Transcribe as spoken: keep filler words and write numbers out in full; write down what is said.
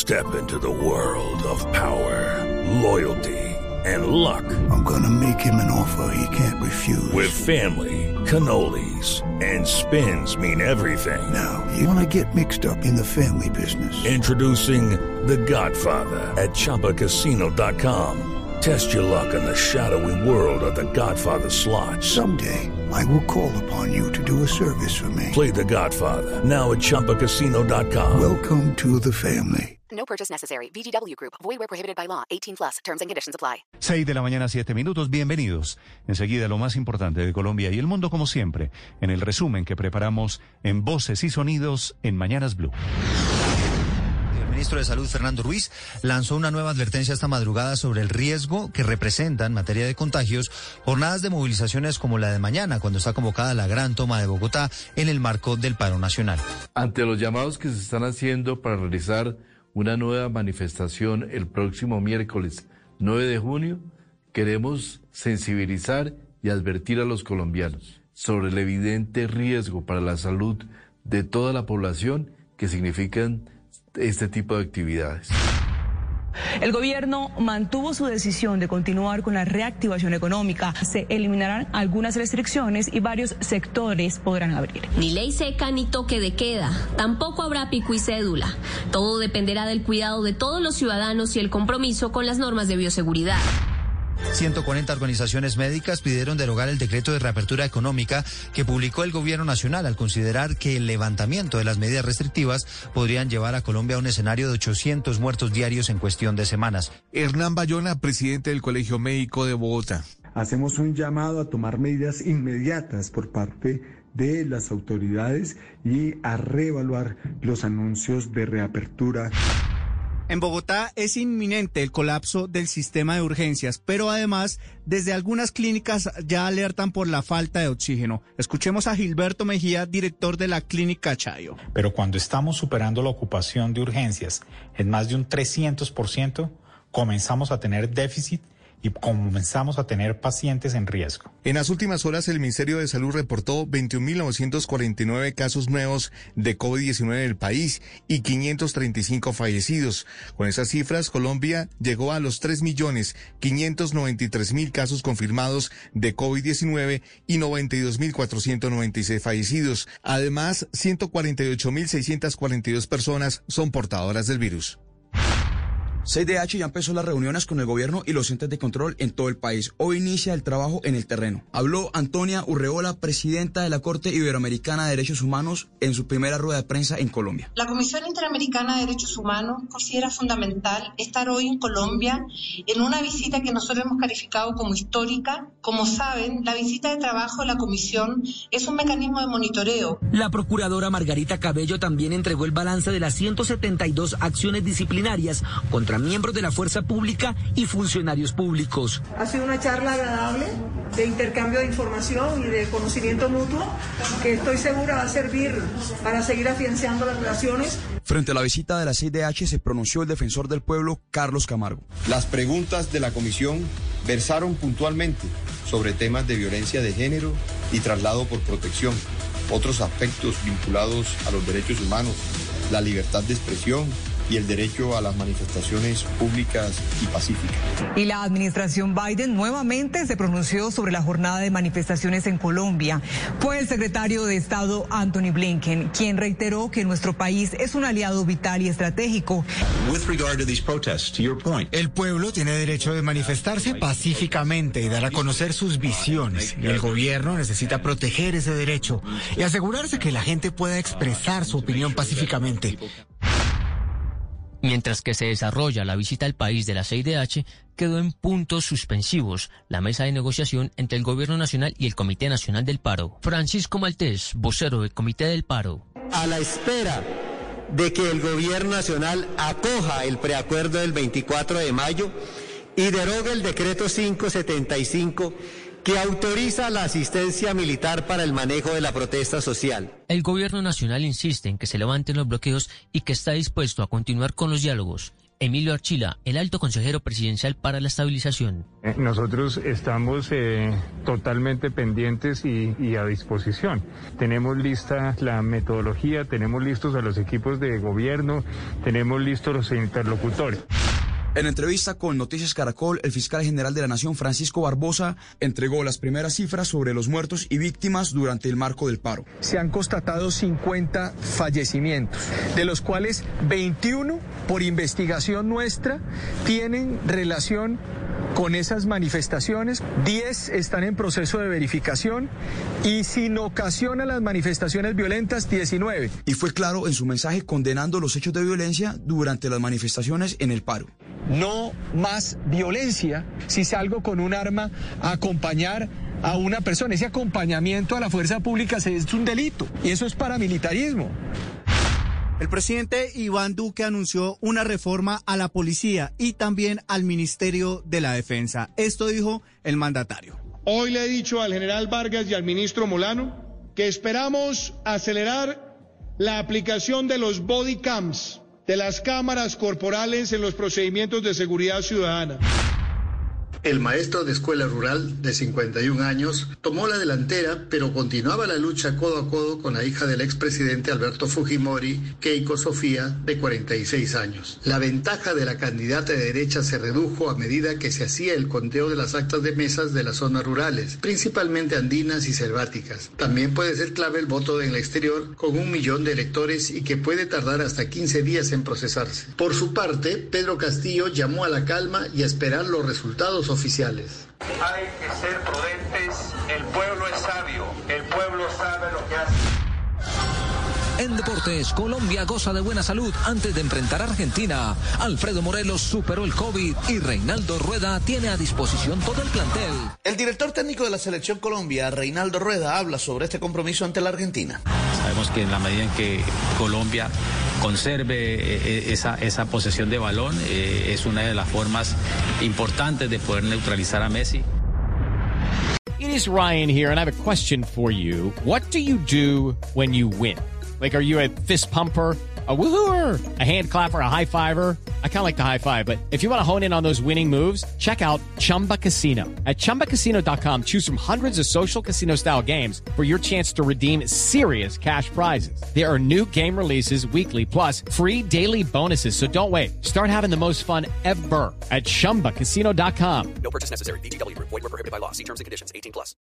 Step into the world of power, loyalty, and luck. I'm gonna make him an offer he can't refuse. With family, cannolis, and spins mean everything. Now, you wanna get mixed up in the family business. Introducing The Godfather at Chumba Casino dot com. Test your luck in the shadowy world of The Godfather slot. Someday, I will call upon you to do a service for me. Play The Godfather, now at Chumba Casino dot com. Welcome to the family. No purchase necessary. V G W Group. Void where prohibited by law. eighteen plus. Terms and conditions apply. seis de la mañana, siete minutos. Bienvenidos. Enseguida lo más importante de Colombia y el mundo, como siempre, en el resumen que preparamos en Voces y Sonidos en Mañanas Blue. El ministro de Salud, Fernando Ruiz, lanzó una nueva advertencia esta madrugada sobre el riesgo que representa en materia de contagios jornadas de movilizaciones como la de mañana, cuando está convocada la gran toma de Bogotá en el marco del paro nacional. Ante los llamados que se están haciendo para realizar una nueva manifestación el próximo miércoles nueve de junio, queremos sensibilizar y advertir a los colombianos sobre el evidente riesgo para la salud de toda la población que significan este tipo de actividades. El gobierno mantuvo su decisión de continuar con la reactivación económica. Se eliminarán algunas restricciones y varios sectores podrán abrir. Ni ley seca ni toque de queda. Tampoco habrá pico y cédula. Todo dependerá del cuidado de todos los ciudadanos y el compromiso con las normas de bioseguridad. ciento cuarenta organizaciones médicas pidieron derogar el decreto de reapertura económica que publicó el gobierno nacional al considerar que el levantamiento de las medidas restrictivas podrían llevar a Colombia a un escenario de ochocientos muertos diarios en cuestión de semanas. Hernán Bayona, presidente del Colegio Médico de Bogotá. Hacemos un llamado a tomar medidas inmediatas por parte de las autoridades y a reevaluar los anuncios de reapertura. En Bogotá es inminente el colapso del sistema de urgencias, pero además desde algunas clínicas ya alertan por la falta de oxígeno. Escuchemos a Gilberto Mejía, director de la Clínica Chayo. Pero cuando estamos superando la ocupación de urgencias en más de un trescientos por ciento, comenzamos a tener déficit y comenzamos a tener pacientes en riesgo. En las últimas horas, el Ministerio de Salud reportó veintiún mil novecientos cuarenta y nueve casos nuevos de COVID diecinueve en el país y quinientos treinta y cinco fallecidos. Con esas cifras, Colombia llegó a los tres millones quinientos noventa y tres mil casos confirmados de COVID diecinueve y noventa y dos mil cuatrocientos noventa y seis fallecidos. Además, ciento cuarenta y ocho mil seiscientas cuarenta y dos personas son portadoras del virus. C I D H ya empezó las reuniones con el gobierno y los entes de control en todo el país. Hoy inicia el trabajo en el terreno. Habló Antonia Urreola, presidenta de la Corte Iberoamericana de Derechos Humanos, en su primera rueda de prensa en Colombia. La Comisión Interamericana de Derechos Humanos considera fundamental estar hoy en Colombia en una visita que nosotros hemos calificado como histórica. Como saben, la visita de trabajo de la Comisión es un mecanismo de monitoreo. La procuradora Margarita Cabello también entregó el balance de las ciento setenta y dos acciones disciplinarias contra miembros de la fuerza pública y funcionarios públicos. Ha sido una charla agradable de intercambio de información y de conocimiento mutuo que estoy segura va a servir para seguir afianzando las relaciones. Frente a la visita de la C I D H se pronunció el defensor del pueblo, Carlos Camargo. Las preguntas de la comisión versaron puntualmente sobre temas de violencia de género y traslado por protección, otros aspectos vinculados a los derechos humanos, la libertad de expresión y el derecho a las manifestaciones públicas y pacíficas. Y la administración Biden nuevamente se pronunció sobre la jornada de manifestaciones en Colombia. Fue el secretario de Estado Anthony Blinken quien reiteró que nuestro país es un aliado vital y estratégico. With regard to these protests, to your point, el pueblo tiene derecho de manifestarse pacíficamente y dar a conocer sus visiones. Y el gobierno necesita proteger ese derecho y asegurarse que la gente pueda expresar su opinión pacíficamente. Mientras que se desarrolla la visita al país de la C I D H, quedó en puntos suspensivos la mesa de negociación entre el Gobierno Nacional y el Comité Nacional del Paro. Francisco Maltés, vocero del Comité del Paro. A la espera de que el Gobierno Nacional acoja el preacuerdo del veinticuatro de mayo y derogue el decreto quinientos setenta y cinco que autoriza la asistencia militar para el manejo de la protesta social. El Gobierno Nacional insiste en que se levanten los bloqueos y que está dispuesto a continuar con los diálogos. Emilio Archila, el alto consejero presidencial para la estabilización. Nosotros estamos eh, totalmente pendientes y, y a disposición. Tenemos lista la metodología, tenemos listos a los equipos de gobierno, tenemos listos los interlocutores. En entrevista con Noticias Caracol, el fiscal general de la Nación, Francisco Barbosa, entregó las primeras cifras sobre los muertos y víctimas durante el marco del paro. Se han constatado cincuenta fallecimientos, de los cuales veintiuno, por investigación nuestra, tienen relación con esas manifestaciones, diez están en proceso de verificación y sin ocasión a las manifestaciones violentas, diecinueve. Y fue claro en su mensaje condenando los hechos de violencia durante las manifestaciones en el paro. No más violencia si salgo con un arma a acompañar a una persona. Ese acompañamiento a la fuerza pública es un delito y eso es paramilitarismo. El presidente Iván Duque anunció una reforma a la policía y también al Ministerio de la Defensa. Esto dijo el mandatario. Hoy le he dicho al general Vargas y al ministro Molano que esperamos acelerar la aplicación de los body cams, de las cámaras corporales en los procedimientos de seguridad ciudadana. El maestro de escuela rural de cincuenta y un años tomó la delantera, pero continuaba la lucha codo a codo con la hija del expresidente Alberto Fujimori, Keiko Sofía, de cuarenta y seis años. La ventaja de la candidata de derecha se redujo a medida que se hacía el conteo de las actas de mesas de las zonas rurales, principalmente andinas y selváticas. También puede ser clave el voto en el exterior, con un millón de electores y que puede tardar hasta quince días en procesarse. Por su parte, Pedro Castillo llamó a la calma y a esperar los resultados oficiales. Hay que ser prudentes, el pueblo es sabio, el pueblo sabe lo que hace. En deportes, Colombia goza de buena salud antes de enfrentar a Argentina. Alfredo Morelos superó el COVID y Reinaldo Rueda tiene a disposición todo el plantel. El director técnico de la Selección Colombia, Reinaldo Rueda, habla sobre este compromiso ante la Argentina. Sabemos que en la medida en que Colombia conserve esa, esa posesión de balón, eh, es una de las formas importantes de poder neutralizar a Messi. It is Ryan here, and I have a question for you. What do you do when you win? Like, are you a fist pumper, a woohooer, a hand clapper, a high fiver? I kind of like the high five, but if you want to hone in on those winning moves, check out Chumba Casino. At chumba casino dot com, choose from hundreds of social casino style games for your chance to redeem serious cash prizes. There are new game releases weekly, plus free daily bonuses. So don't wait. Start having the most fun ever at chumba casino dot com. No purchase necessary. V G W Group. Void where prohibited by law. See terms and conditions. eighteen plus.